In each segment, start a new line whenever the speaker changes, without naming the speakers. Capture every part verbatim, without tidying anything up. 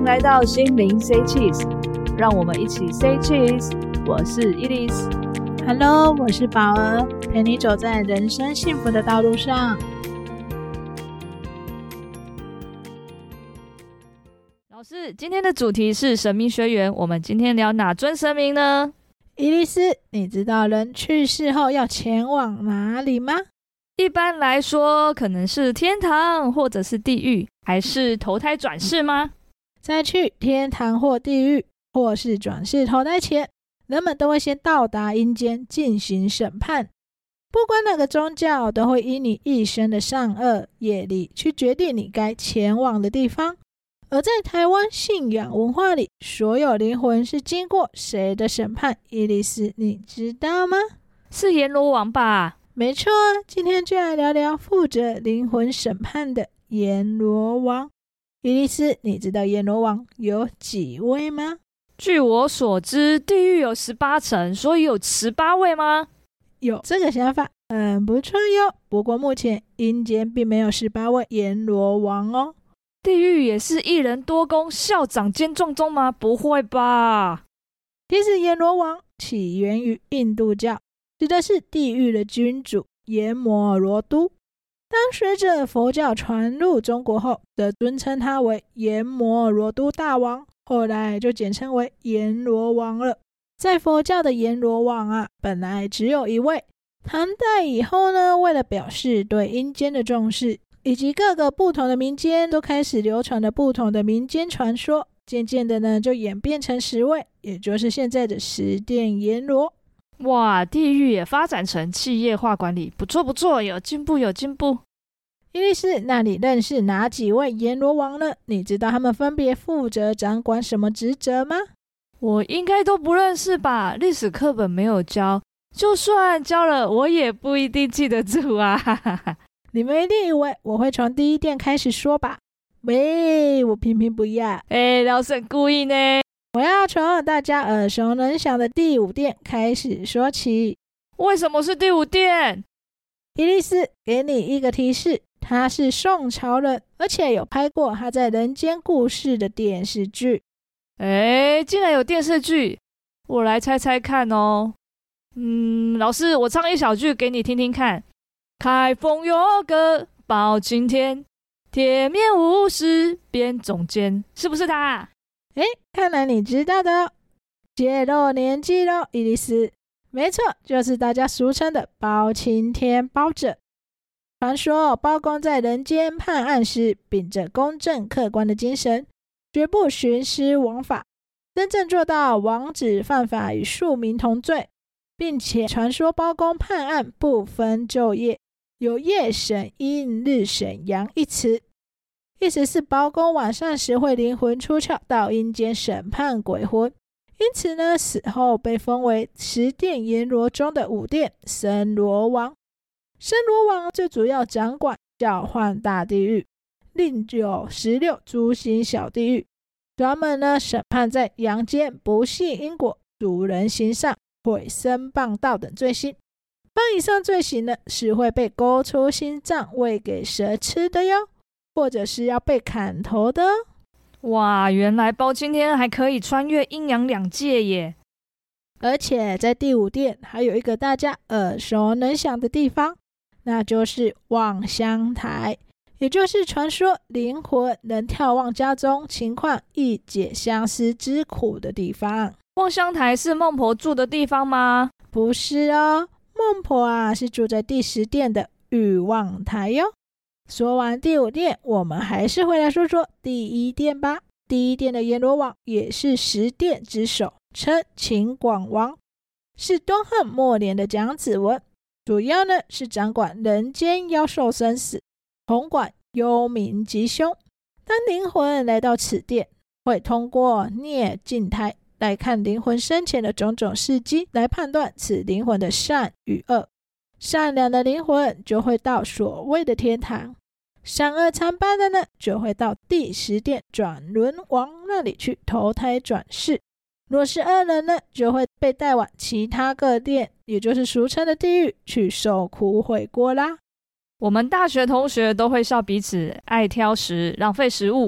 迎来到心灵 Say Cheese， 让我们一起 Say Cheese。我是伊莉丝
，Hello， 我是宝儿，陪你走在人生幸福的道路上。
老师，今天的主题是神明学园，我们今天聊哪尊神明呢？
伊莉丝，你知道人去世后要前往哪里吗？
一般来说，可能是天堂，或者是地狱，还是投胎转世吗？
在去天堂或地狱，或是转世投胎前，人们都会先到达阴间进行审判。不管哪个宗教，都会依你一生的善恶业力去决定你该前往的地方。而在台湾信仰文化里，所有灵魂是经过谁的审判？伊莉丝，你知道吗？
是阎罗王吧？
没错啊，今天就来聊聊负责灵魂审判的阎罗王。伊莉丝，你知道阎罗王有几位吗？
据我所知，地狱有十八层，所以有十八位吗？
有这个想法，很不错哟。不过目前阴间并没有十八位阎罗王哦。
地狱也是一人多功，校长兼撞钟吗？不会吧？
其实阎罗王起源于印度教，指的是地狱的君主阎摩罗都。当随着佛教传入中国后，则尊称他为阎摩罗都大王，后来就简称为阎罗王了。在佛教的阎罗王啊，本来只有一位。唐代以后呢，为了表示对阴间的重视，以及各个不同的民间都开始流传了不同的民间传说，渐渐的呢，就演变成十位，也就是现在的十殿阎罗。
哇，地狱也发展成企业化管理，不错不错，有进步有进步。
伊莉丝，那你认识哪几位阎罗王呢？你知道他们分别负责掌管什么职责吗？
我应该都不认识吧，历史课本没有教，就算教了我也不一定记得住啊。
你们一定以为我会从第一殿开始说吧？喂，我偏偏不要。
哎，老师故意呢。
我要从大家耳熟能详的第五殿开始说起。
为什么是第五殿？
伊莉丝，给你一个提示，他是宋朝人，而且有拍过他在人间故事的电视剧。
哎，竟然有电视剧，我来猜猜看哦。嗯，老师，我唱一小句给你听听看。开封有个包青天，铁面无私辨忠奸，是不是他？
哎，看来你知道的哦，泄露年纪咯，伊莉丝。没错，就是大家俗称的包青天包拯。传说包公在人间判案时，秉着公正客观的精神，绝不徇私枉法，真正做到王子犯法与庶民同罪，并且传说包公判案不分昼夜，有夜审阴、日审阳一词，意思是包公晚上时会灵魂出窍到阴间审判鬼魂。因此呢，死后被封为十殿阎罗中的五殿森罗王。森罗王最主要掌管叫唤大地狱，另有十六诸星小地狱，专门呢审判在阳间不信因果、阻人行善、毁僧谤道等罪行。犯以上罪行呢，是会被勾出心脏喂给蛇吃的哟，或者是要被砍头的哦。
哇，原来包青天还可以穿越阴阳两界耶！
而且在第五殿还有一个大家耳熟能详的地方，那就是望乡台，也就是传说灵魂能眺望家中情况，一解相思之苦的地方。
望乡台是孟婆住的地方吗？
不是哦，孟婆啊是住在第十殿的玉望台哟。说完第五殿，我们还是回来说说第一殿吧。第一殿的阎罗王也是十殿之首，称秦广王，是东汉末年的蒋子文，主要呢是掌管人间妖兽生死，统管幽冥吉凶。当灵魂来到此殿，会通过孽镜台来看灵魂生前的种种事迹，来判断此灵魂的善与恶。善良的灵魂就会到所谓的天堂，善恶参半的呢，就会到第十殿转轮王那里去投胎转世。若是恶人呢，就会被带往其他各殿，也就是俗称的地狱，去受苦悔过啦。
我们大学同学都会笑彼此爱挑食、浪费食物，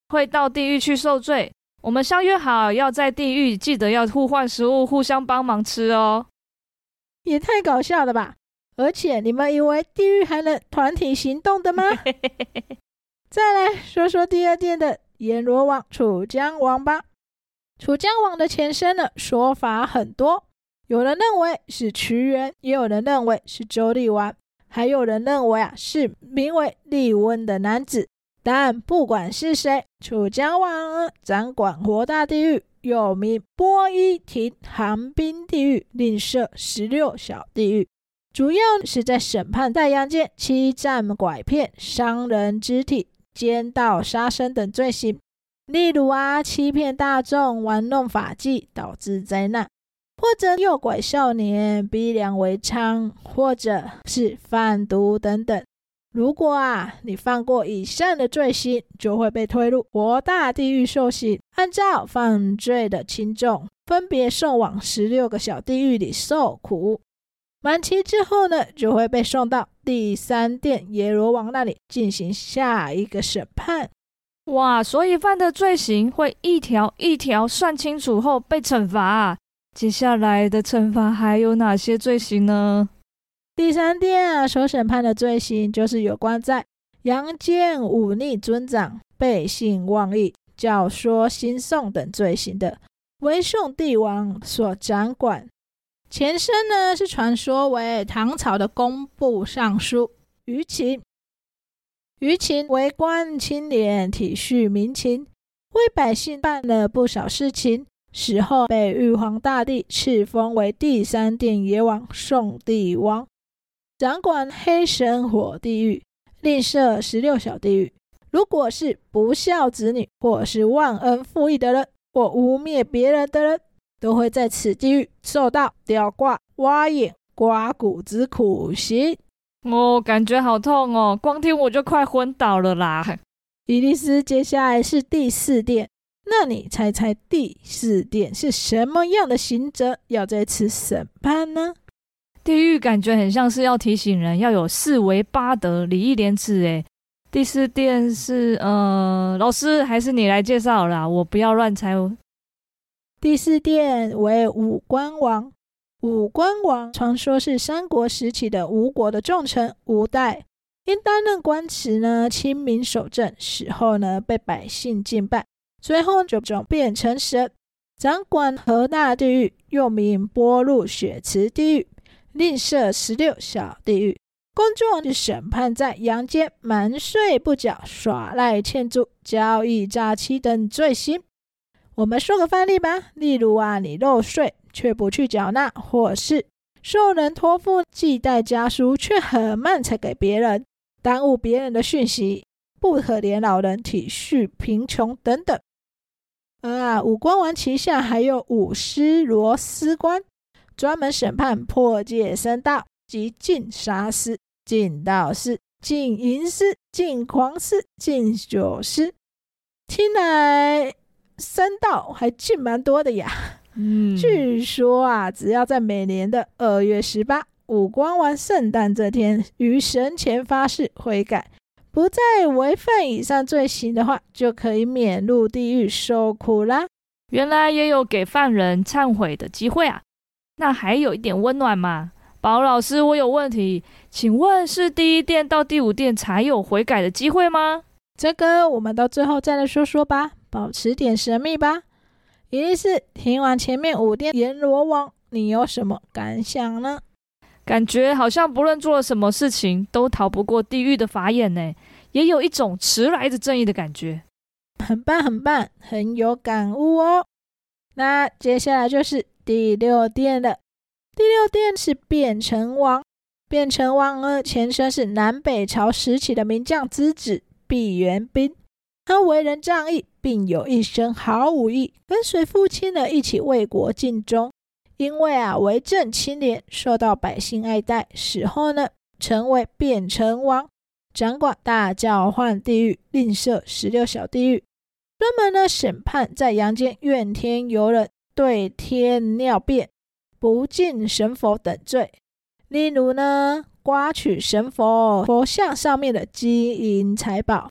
会到地狱去受罪。我们相约好要在地狱记得要互换食物，互相帮忙吃哦。
也太搞笑了吧！而且你们以为地狱还能团体行动的吗？再来说说第二殿的阎罗王楚江王吧。楚江王的前身呢，说法很多，有人认为是屈原，也有人认为是周厉王，还有人认为啊是名为厉温的男子。但不管是谁，楚江王掌管活大地狱，又名波伊亭寒冰地狱，另设十六小地狱，主要是在审判在阳间欺占拐骗、伤人肢体、奸盗杀生等罪行。例如啊，欺骗大众、玩弄法纪导致灾难，或者诱拐少年、逼良为娼，或者是贩毒等等。如果啊你犯过以上的罪行，就会被推入活大地狱受刑，按照犯罪的轻重，分别送往十六个小地狱里受苦。满期之后呢，就会被送到第三殿阎罗王那里进行下一个审判。
哇，所以犯的罪行会一条一条算清楚后被惩罚啊。接下来的惩罚还有哪些罪行呢？
第三殿啊，所审判的罪行就是有关在阳间忤逆尊长、背信忘义、教唆兴讼等罪行的，为宋帝王所掌管。前身呢是传说为唐朝的工部尚书于勤。于勤为官清廉，体恤民情，为百姓办了不少事情，死后被玉皇大帝赐封为第三殿阎王宋帝王，掌管黑神火地狱，另设十六小地狱。如果是不孝子女，或是忘恩负义的人，或污蔑别人的人，都会在此地狱受到吊挂、挖眼、刮骨之苦刑。
哦，感觉好痛哦，光听我就快昏倒了啦。
伊莉丝，接下来是第四殿，那你猜猜第四殿是什么样的刑责要在此审判呢？
地狱感觉很像是要提醒人要有四维八德、礼义廉耻诶。第四殿是呃，老师还是你来介绍啦，我不要乱猜哦。
第四殿为武官王。武官王传说是三国时期的吴国的重臣吴代，因担任官职呢，亲民守正，死后呢被百姓敬拜，最后就转变成神，掌管河大地狱，又名波露雪池地狱，另设十六小地狱，工作是审判在阳间瞒税不缴、耍赖欠租、交易诈欺等罪行。我们说个范例吧，例如啊，你漏税却不去缴纳，或是受人托付寄带家书却很慢才给别人，耽误别人的讯息，不可怜老人、体恤贫穷等等。而啊，武官王旗下还有武司罗司官，专门审判破戒僧道及禁杀师、禁道士、禁淫师、禁狂师、禁酒师。听来僧道还禁蛮多的呀。嗯，据说啊，只要在每年的二月十八，武官王圣诞这天，于神前发誓悔改，不再违犯以上罪行的话，就可以免入地狱受苦啦。
原来也有给犯人忏悔的机会啊，那还有一点温暖嘛。宝老师，我有问题，请问是第一殿到第五殿才有悔改的机会吗？
这个我们到最后再来说说吧，保持点神秘吧。伊莉丝，听完前面五殿阎罗王，你有什么感想呢？
感觉好像不论做了什么事情，都逃不过地狱的法眼呢，也有一种迟来的正义的感觉。
很棒很棒，很有感悟哦。那接下来就是第六殿了。第六殿是卞城王。卞城王呢，前身是南北朝时期的名将之子毕元斌，他为人仗义，并有一身好武艺，跟随父亲呢一起为国尽忠。因为啊为政清廉，受到百姓爱戴，死后呢成为卞城王，掌管大教换地狱，另设十六小地狱，专门呢审判在阳间怨天尤人、对天尿便、不敬神佛等罪。例如呢，刮取神佛佛像上面的金银财宝，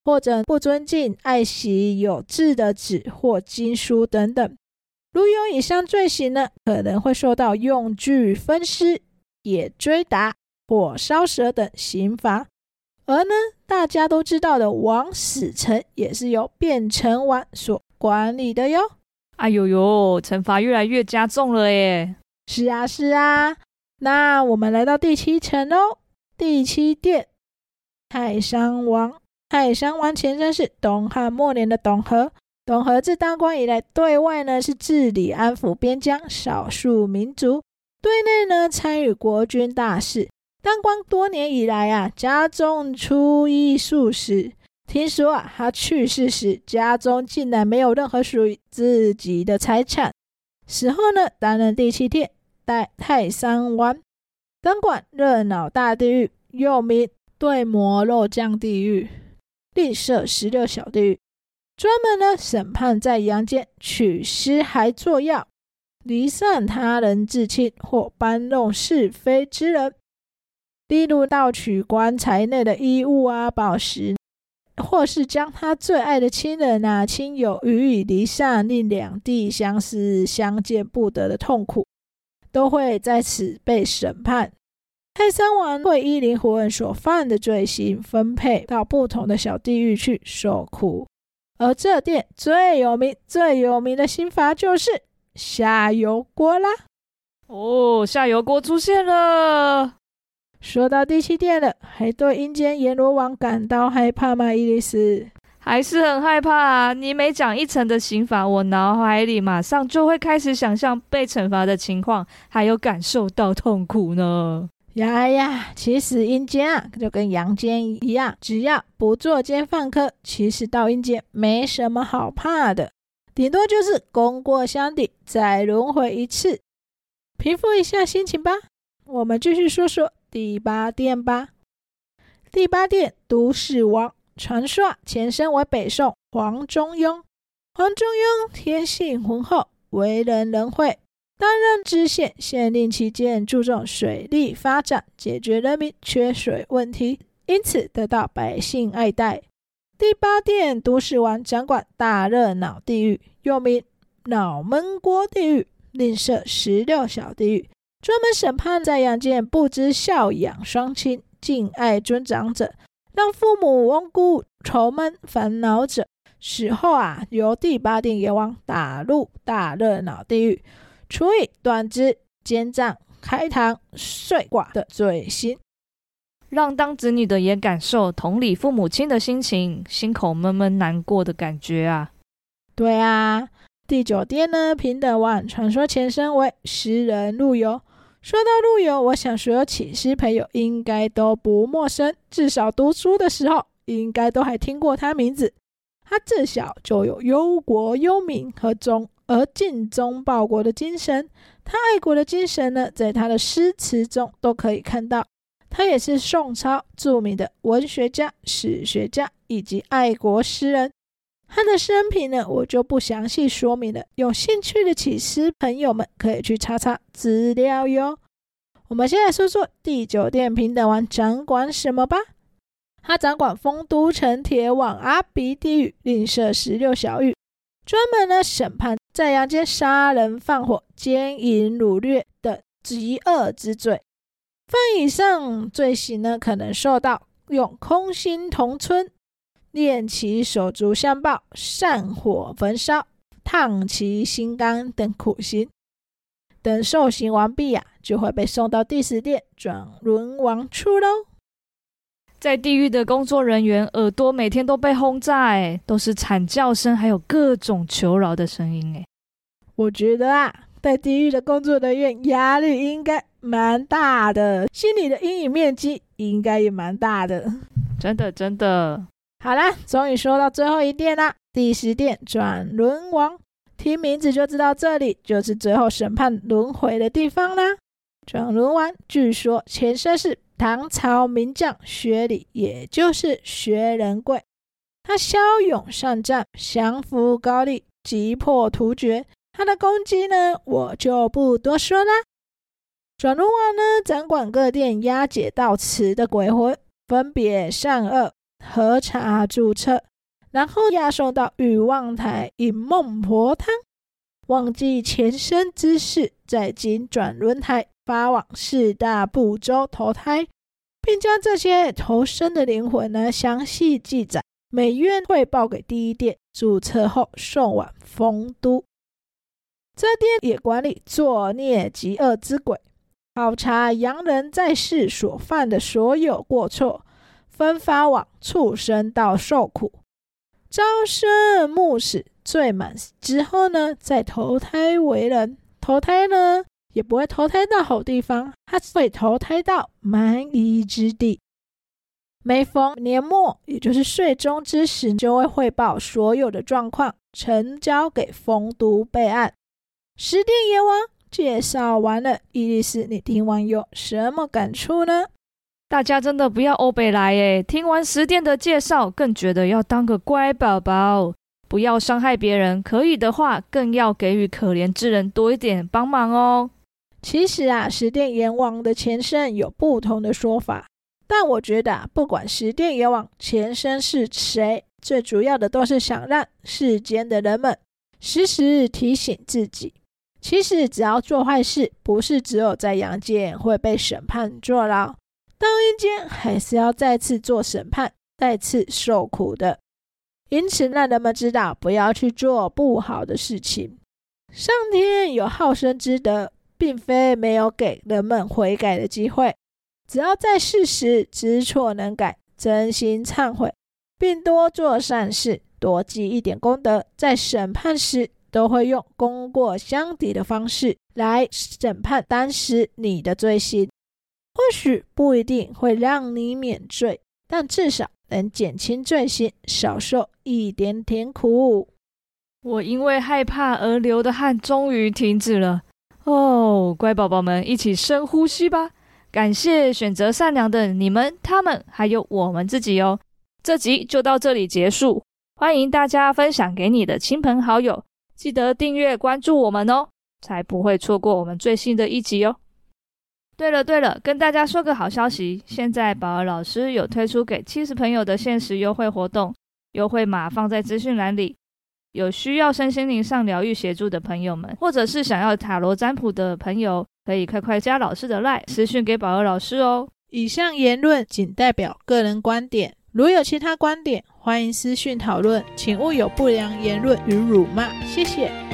或者不尊敬、爱惜有字的纸或经书等等。如有以上罪行呢，可能会受到用锯分尸、也追打或烧蛇等刑罚。而呢，大家都知道的王死城也是由变城王所管理的哟。
哎呦呦，惩罚越来越加重了耶。
是啊是啊，那我们来到第七城喽。第七殿，太上王。太上王前身是东汉末年的董和，董和自当官以来，对外呢是治理安抚边疆少数民族，对内呢参与国军大事。当官多年以来啊，家中出衣数十。听说啊，他去世时家中竟然没有任何属于自己的财产。死后呢，担任第七殿代太上王，掌管热闹大地狱，又名对魔肉酱地狱，另设十六小地狱，专门呢审判在阳间取尸骸作药、离散他人至亲或搬弄是非之人。例如盗取棺材内的衣物啊、宝石，或是将他最爱的亲人啊、亲友予以离散，令两地相思相见不得的痛苦，都会在此被审判。太上王会依灵魂人所犯的罪行，分配到不同的小地狱去受苦。而这殿最有名、最有名的刑罚就是下油锅啦。
哦，下油锅出现了。
说到第七殿了，还对阴间阎罗王感到害怕吗，伊莉丝？
还是很害怕啊！你每讲一层的刑罚，我脑海里马上就会开始想象被惩罚的情况，还有感受到痛苦呢。
呀呀，其实阴间啊，就跟阳间一样，只要不作奸犯科，其实到阴间没什么好怕的，顶多就是功过相抵，再轮回一次，平复一下心情吧。我们继续说说第八殿吧。第八殿都市王，传说前身为北宋黄中庸。黄中庸天性浑厚，为人仁惠，担任知县县令期间，注重水利发展，解决人民缺水问题，因此得到百姓爱戴。第八殿都市王掌管大热闹地狱，又名脑闷锅地狱，另设十六小地狱，专门审判在阳间不知孝养双亲、敬爱尊长者，让父母翁姑愁闷烦恼者，死后啊，由第八殿阎王打入大热闹地狱，处以断肢、奸杖、开膛、碎剐的罪行，
让当子女的也感受同理父母亲的心情，心口闷闷难过的感觉啊。
对啊，第九殿呢，平等王，传说前身为诗人陆游。说到陆游，我想所有起司朋友应该都不陌生，至少读书的时候应该都还听过他名字。他自小就有忧国忧民和忠而尽忠报国的精神，他爱国的精神呢，在他的诗词中都可以看到。他也是宋朝著名的文学家、史学家以及爱国诗人。他的生平呢，我就不详细说明了，有兴趣的起司朋友们可以去查查资料哟。我们先来说说第九殿平等王掌管什么吧。他掌管丰都城铁网阿鼻地狱，另设十六小狱，专门呢审判在阳间杀人放火、奸淫掳掠的极恶之罪。犯以上罪行呢，可能受到用空心铜村炼其手足相报、散火焚烧、烫其心肝等苦刑。等受刑完毕啊，就会被送到第十殿转轮王处喽。
在地狱的工作人员耳朵每天都被轰炸，哎，都是惨叫声，还有各种求饶的声音，哎。
我觉得啊，在地狱的工作人员压力应该蛮大的，心理的阴影面积应该也蛮大的。
真的真的。
好啦，终于说到最后一殿啦，第十殿转轮王。听名字就知道这里就是最后审判轮回的地方啦。转轮王据说前身是唐朝名将薛礼，也就是薛仁贵。他骁勇善战，降服高丽，击破突厥。他的功绩呢，我就不多说啦。转轮王呢，掌管各殿押解到此的鬼魂，分别善恶、 喝茶煮车，然后押送到玉望台饮孟婆汤，忘记前生之事，再经转轮台发往四大部洲投胎，并将这些投生的灵魂呢详细记载，每院汇报给第一殿，注册后送往丰都。这殿也管理作孽极恶之鬼，考察洋人在世所犯的所有过错，分发往畜生道受苦，朝生暮死，罪满之后呢，再投胎为人。投胎呢，也不会投胎到好地方，它会投胎到蛮夷之地。每逢年末，也就是岁终之时，就会汇报所有的状况，呈交给丰都备案。十殿阎王介绍完了，伊莉丝，你听完有什么感触呢？
大家真的不要欧北来耶！听完十殿的介绍，更觉得要当个乖宝宝，不要伤害别人，可以的话，更要给予可怜之人多一点帮忙哦。
其实啊，十殿阎王的前身有不同的说法，但我觉得啊，不管十殿阎王前身是谁，最主要的都是想让世间的人们时时提醒自己，其实只要做坏事，不是只有在阳间会被审判坐牢，到阴间还是要再次做审判，再次受苦的。因此让人们知道不要去做不好的事情。上天有好生之德，并非没有给人们悔改的机会，只要在世时知错能改，真心忏悔，并多做善事，多积一点功德，在审判时都会用功过相抵的方式来审判当时你的罪行。或许不一定会让你免罪，但至少能减轻罪行，少受一点点苦。
我因为害怕而流的汗终于停止了哦，乖宝宝们一起深呼吸吧。感谢选择善良的你们、他们还有我们自己哦。这集就到这里结束，欢迎大家分享给你的亲朋好友，记得订阅关注我们哦，才不会错过我们最新的一集哦。对了对了，跟大家说个好消息，现在宝儿老师有推出给七十朋友的限时优惠活动，优惠码放在资讯栏里。有需要身心灵上疗愈协助的朋友们，或者是想要塔罗占卜的朋友，可以快快加老师的 LINE 私讯给宝儿老师哦。
以上言论仅代表个人观点，如有其他观点，欢迎私讯讨论，请勿有不良言论与辱骂，谢谢。